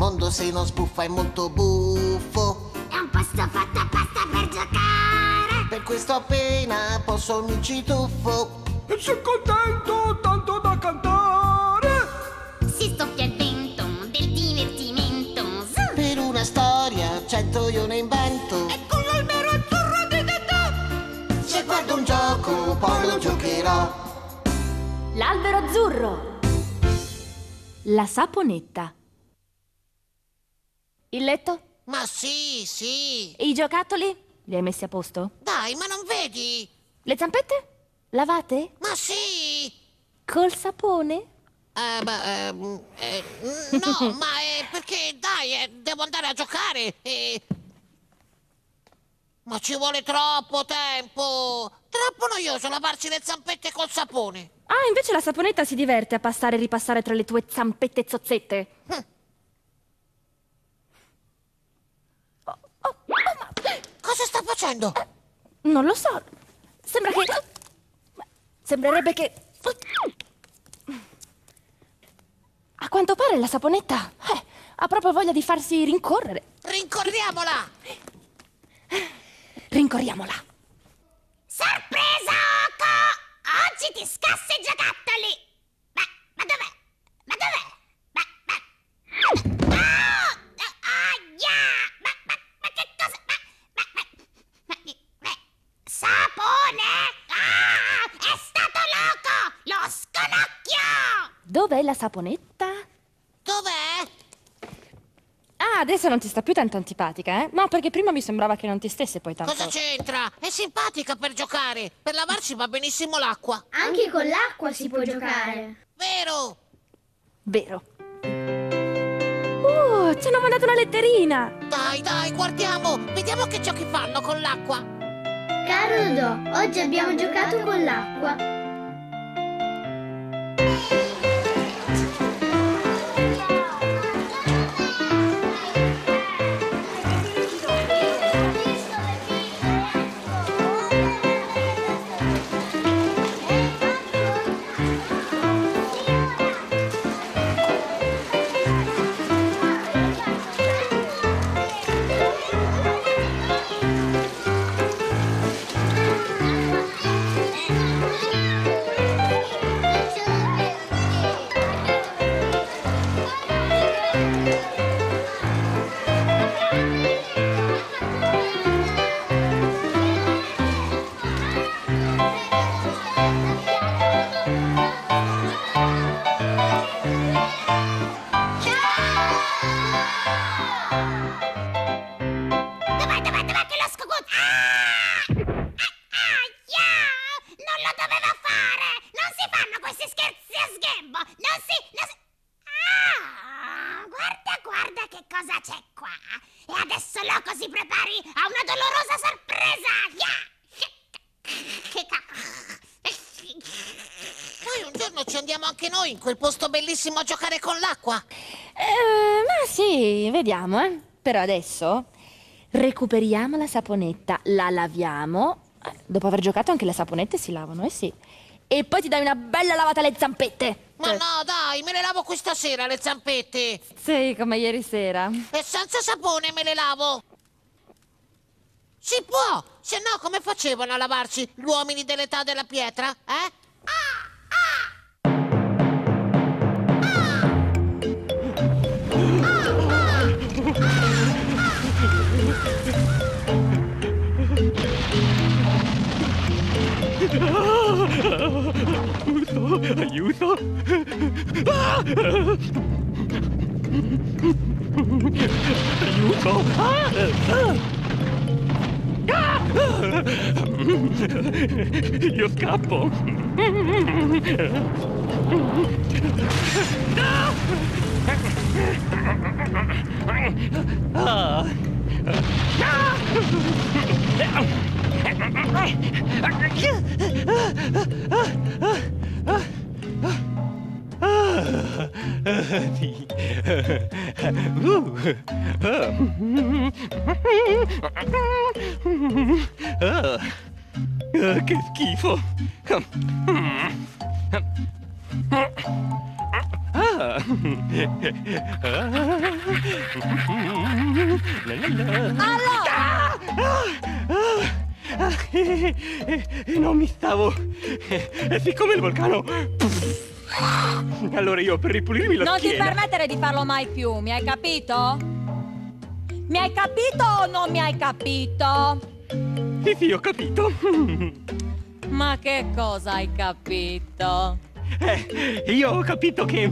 mondo se non sbuffa è molto buffo. È un posto fatto apposta per giocare. Per questo appena posso mi ci tuffo. E sono contento tanto da cantare. Si soffia il vento del divertimento. Per una storia 100 io ne invento. E con l'albero azzurro di Tata. Se guardo un gioco poi lo giocherò. L'albero azzurro. La saponetta. Il letto? Ma sì, sì. E i giocattoli? Li hai messi a posto? Dai, ma non vedi? Le zampette? Lavate? Ma sì. Col sapone? No, ma è perché, dai, devo andare a giocare. Ma ci vuole troppo tempo. Troppo noioso lavarsi le zampette col sapone. Ah, invece la saponetta si diverte a passare e ripassare tra le tue zampette zozzette. Cosa sta facendo? Non lo so. Sembrerebbe che... A quanto pare la saponetta ha proprio voglia di farsi rincorrere. Rincorriamola! Rincorriamola. Sorpresa, Oco! Oggi ti scasso i giocattoli! Ma dov'è? Ma dov'è? Aia! Ma che cosa? Sapone! Ah! È stato Loco! Lo sconocchio! Dov'è la saponetta? Dov'è? Ah, adesso non ti sta più tanto antipatica, eh? No, perché prima mi sembrava che non ti stesse poi tanto... Cosa c'entra? È simpatica per giocare. Per lavarsi va benissimo l'acqua. Anche con l'acqua si può giocare. Vero? Vero. Ci hanno mandato una letterina! Dai, guardiamo. Vediamo che giochi fanno con l'acqua. Caro Dodò, oggi abbiamo giocato con l'acqua. Dov'è che lo scocut? Aia! Non lo doveva fare! Non si fanno questi scherzi a sghembo! Non si... Guarda che cosa c'è qua! E adesso Loco si prepari a una dolorosa sorpresa! Poi un giorno ci andiamo anche noi in quel posto bellissimo a giocare con l'acqua. Ma sì, vediamo, eh. Però adesso recuperiamo la saponetta, la laviamo. Dopo aver giocato anche le saponette si lavano, sì. E poi ti dai una bella lavata alle zampette. Ma no, dai, me le lavo questa sera le zampette. Sì, come ieri sera. E senza sapone me le lavo. Si può, se no come facevano a lavarsi gli uomini dell'età della pietra, eh? Aiuto! Aiuto! Io scappo! Che schifo! Non mi stavo. Siccome il vulcano. Allora io per ripulirmi la Non ti schiena. permettere di farlo mai più, mi hai capito? Mi hai capito o non mi hai capito? Sì, ho capito. Ma che cosa hai capito? Io ho capito che.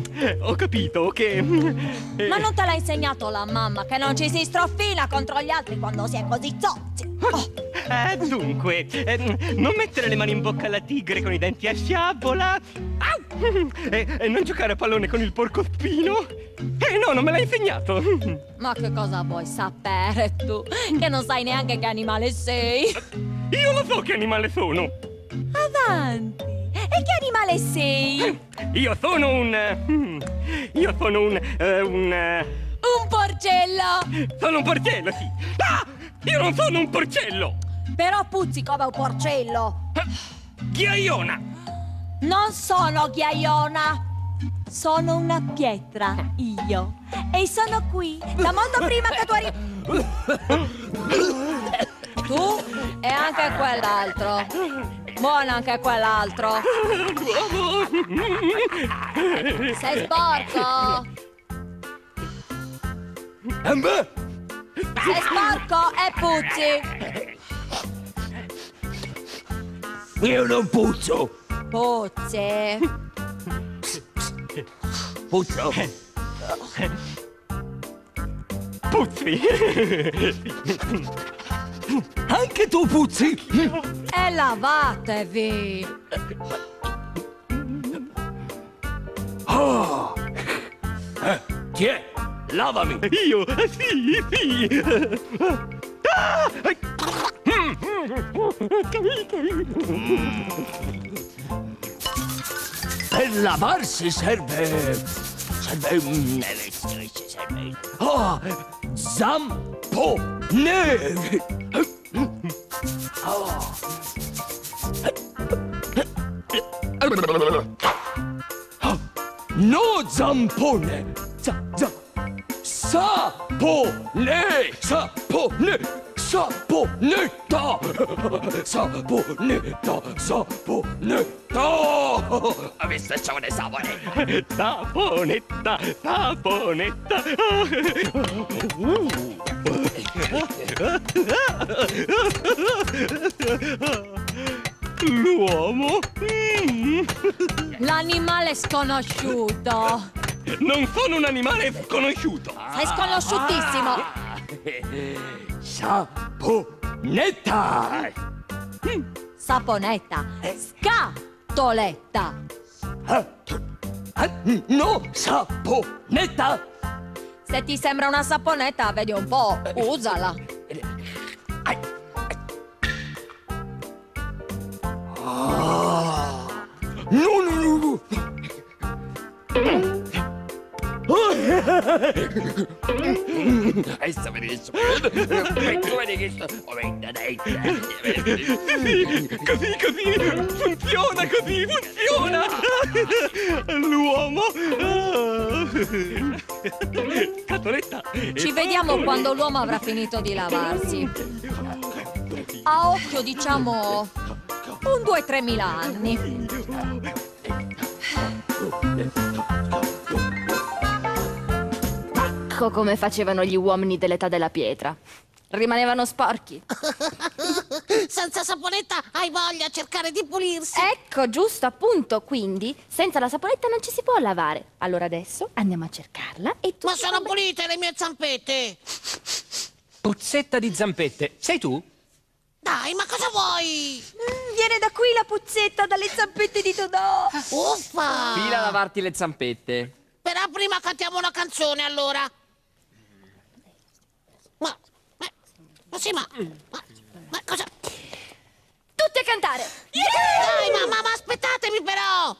Ma non te l'ha insegnato la mamma che non ci si strofina contro gli altri quando si è così zozzi? Dunque, non mettere le mani in bocca alla tigre con i denti a sciabola. E non giocare a pallone con il porcospino. No, non me l'hai insegnato. Ma che cosa vuoi sapere tu? Che non sai neanche che animale sei? Io lo so che animale sono. Avanti! E che animale sei? Io sono un... Un porcello! Sono un porcello, sì. Ah! Io non sono un porcello. Però puzzi come un porcello! Ghiaiona. Non sono ghiaiona! Sono una pietra, io. E sono qui, da molto prima che tu arrivi. Tu e anche quell'altro. Buono anche quell'altro. Sei sporco! Sei sporco e puzzi! Io non puzzo. Puzzi! Puzzo. Puzzi. Anche tu puzzi. E lavatevi! Oh. Chi è? Lavami. Io? Sì. Ah! Per lavarsi serve zampone. No zampone. Saponetta. Avvistaccione Saponetta. L'uomo? L'animale sconosciuto! Non sono un animale sconosciuto. Sei sconosciutissimo! Saponetta. Saponetta! Scatoletta! No, saponetta. Se ti sembra una saponetta, vedi un po', usala! No. Così. Funziona. L'uomo. Scatoletta. Ci vediamo quando l'uomo avrà finito di lavarsi. A occhio, diciamo, un 2-3 mila anni. Ecco come facevano gli uomini dell'età della pietra. Rimanevano sporchi. Senza saponetta hai voglia a cercare di pulirsi. Ecco, giusto, appunto. Quindi, senza la saponetta non ci si può lavare. Allora adesso andiamo a cercarla e tu... Ma sono pulite le mie zampette. Puzzetta di zampette. Sei tu? Dai, ma cosa vuoi? Viene da qui la puzzetta dalle zampette di Todò. Uffa! Fila a lavarti le zampette. Però prima cantiamo una canzone, allora. Ma cosa? Tutti a cantare! Dai, ma aspettatemi però!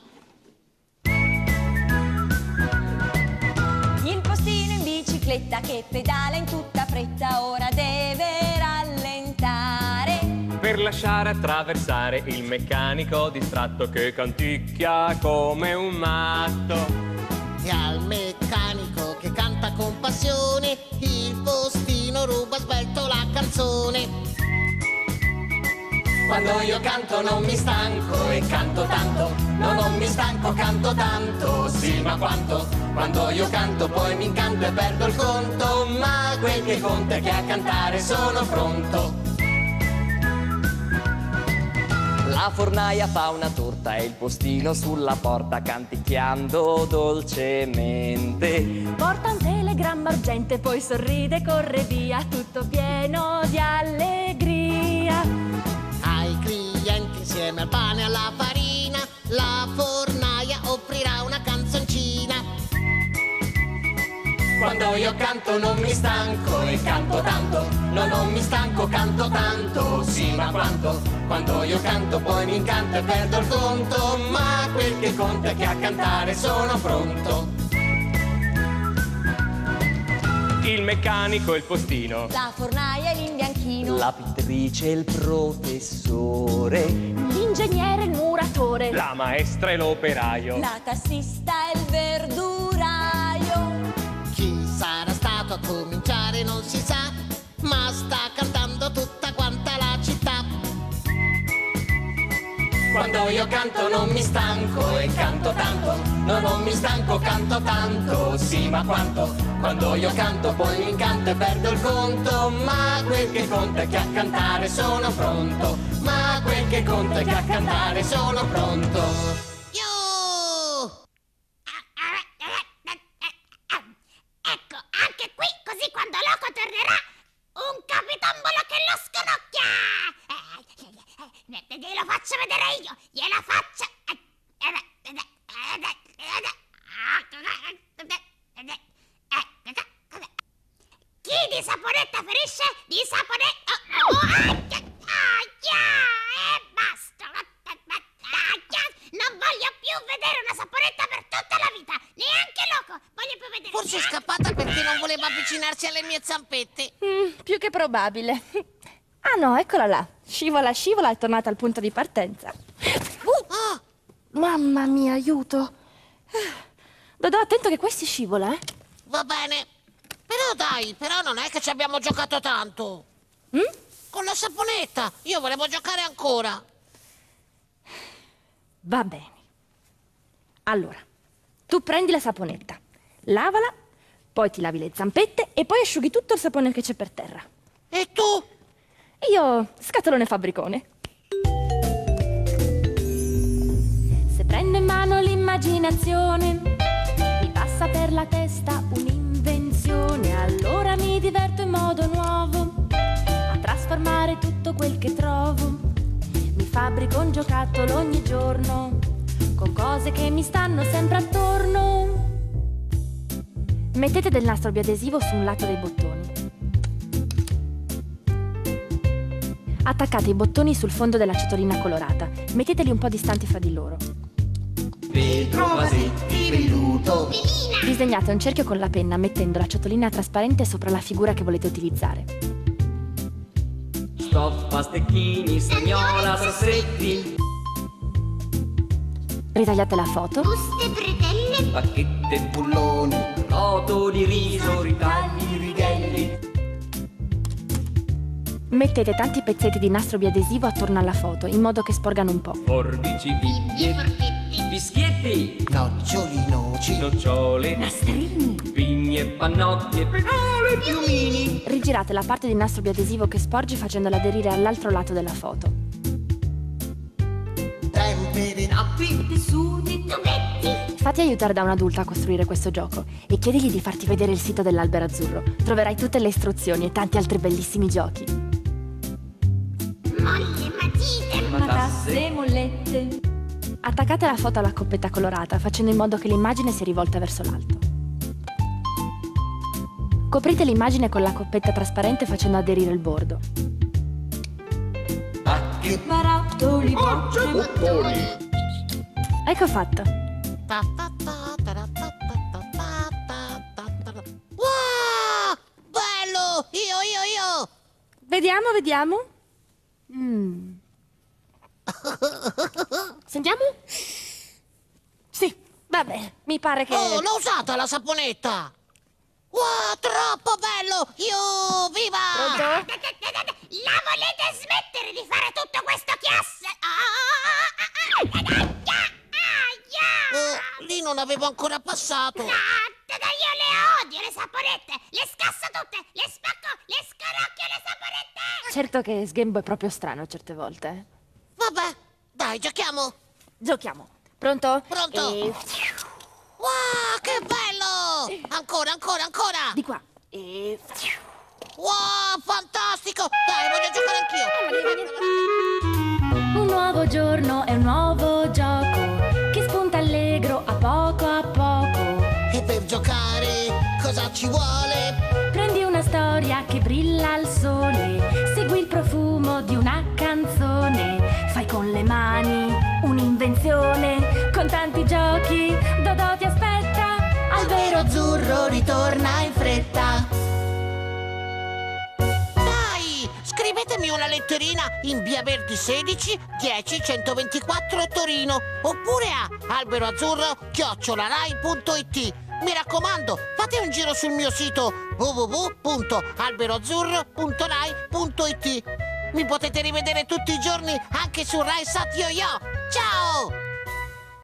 Il postino in bicicletta che pedala in tutta fretta ora deve rallentare. Per lasciare attraversare il meccanico distratto che canticchia come un matto. E al meccanico che canta con passione il postino ruba svelto la canzone. Quando io canto non mi stanco e canto tanto. No, non mi stanco, canto tanto. Sì, ma quanto? Quando io canto poi mi incanto e perdo il conto. Ma quel che conta è che a cantare sono pronto. La fornaia fa una torta e il postino sulla porta canticchiando dolcemente. Porta un telegramma urgente, poi sorride, corre via, tutto pieno di allegria. Ai clienti insieme al pane e alla farina la fornaia offrirà una canzoncina. Quando io canto non mi stanco e canto tanto. No, non mi stanco, canto tanto. Sì, ma quanto? Quando io canto poi mi incanto e perdo il conto. Ma quel che conta è che a cantare sono pronto. Il meccanico e il postino. La fornaia e l'imbianchino. La pittrice e il professore. L'ingegnere e il muratore. La maestra e l'operaio. La tassista e il verduraio. Chi sarà stato a cominciare non si sa, ma sta cantando tutta quanta la città. Quando io canto non mi stanco e canto tanto. No, non mi stanco, canto tanto. Sì, ma quanto? Quando io canto poi mi incanto e perdo il conto. Ma quel che conta è che a cantare sono pronto. Ma quel che conta è che a cantare sono pronto. Yo! Ecco, anche qui, così quando Loco tornerà, un capitombolo che lo sconocchia! Glielo faccio vedere io, gliela faccio... Chi di saponetta ferisce, di saponetta... basta! Non voglio più vedere una saponetta per tutta la vita, neanche Loco, voglio più vedere... Forse è scappata perché non voleva avvicinarsi alle mie zampette. Più che probabile. Ah no, eccola là. Scivola, scivola, è tornata al punto di partenza. Mamma mia, aiuto. Dodò, attento che questi scivola, eh? Va bene. Però dai, però non è che ci abbiamo giocato tanto. Con la saponetta. Io volevo giocare ancora. Va bene. Allora, tu prendi la saponetta, lavala, poi ti lavi le zampette e poi asciughi tutto il sapone che c'è per terra. E tu? Io scatolone fabbricone. Se prendo in mano l'immaginazione, mi passa per la testa un'invenzione. Allora mi diverto in modo nuovo a trasformare tutto quel che trovo. Mi fabbrico un giocattolo ogni giorno con cose che mi stanno sempre attorno. Mettete del nastro biadesivo su un lato dei bottoni. Attaccate i bottoni sul fondo della ciotolina colorata. Metteteli un po' distanti fra di loro. Vetro, vasetti, velluto. Disegnate un cerchio con la penna mettendo la ciotolina trasparente sopra la figura che volete utilizzare. Stoffa, stecchini, stagnola, sassetti. Ritagliate la foto. Buste, bretelle, Bacchette, bulloni, rotoli, riso, ritagli, righelli. Mettete tanti pezzetti di nastro biadesivo attorno alla foto, in modo che sporgano un po'. Forbici, bibbie, forchetti, fischietti, Noccioli, noci. nocciole, nastrini, pigne, pannocchie, penole, piumini. Rigirate la parte di nastro biadesivo che sporge facendola aderire all'altro lato della foto. Temperi, Nappi, tessuti, tubetti. Fatti aiutare da un adulto a costruire questo gioco e chiedigli di farti vedere il sito dell'Albero Azzurro. Troverai tutte le istruzioni e tanti altri bellissimi giochi. Moglie, matite, matasse, mollette. Attaccate la foto alla coppetta colorata, facendo in modo che l'immagine sia rivolta verso l'alto. Coprite l'immagine con la coppetta trasparente facendo aderire il bordo. bacche, Barattoli, Ecco fatto. Wow! Bello! Io! Vediamo, vediamo. Sentiamo? Sì, Vabbè, mi pare che... Oh, l'ho usata la saponetta! Wow, troppo bello! Viva! Pronto? La volete smettere di fare tutto questo chiasso? Lì non avevo ancora passato. Io le odio le saponette! Le scasso tutte! Le spacco! Le scarocchio le saponette! Certo che Sgambo è proprio strano certe volte. Vabbè, dai, giochiamo! Giochiamo. Pronto? Pronto? E... Wow, che bello! Ancora! Di qua. E... Wow, fantastico! Dai, voglio giocare anch'io! Un nuovo giorno è un nuovo gioco che spunta allegro a poco. E per giocare cosa ci vuole? Prendi una storia che brilla al sole, segui il profumo di una canzone, fai con le mani un'invenzione, con tanti giochi Dodò ti aspetta, Albero Azzurro ritorna in fretta. Dai, scrivetemi una letterina in Via Verdi 16 10 124 Torino oppure a alberoazzurro@rai.it. Mi raccomando, fate un giro sul mio sito www.alberoazzurro.rai.it. Mi potete rivedere tutti i giorni anche su Rai Sat Yo-Yo. Ciao!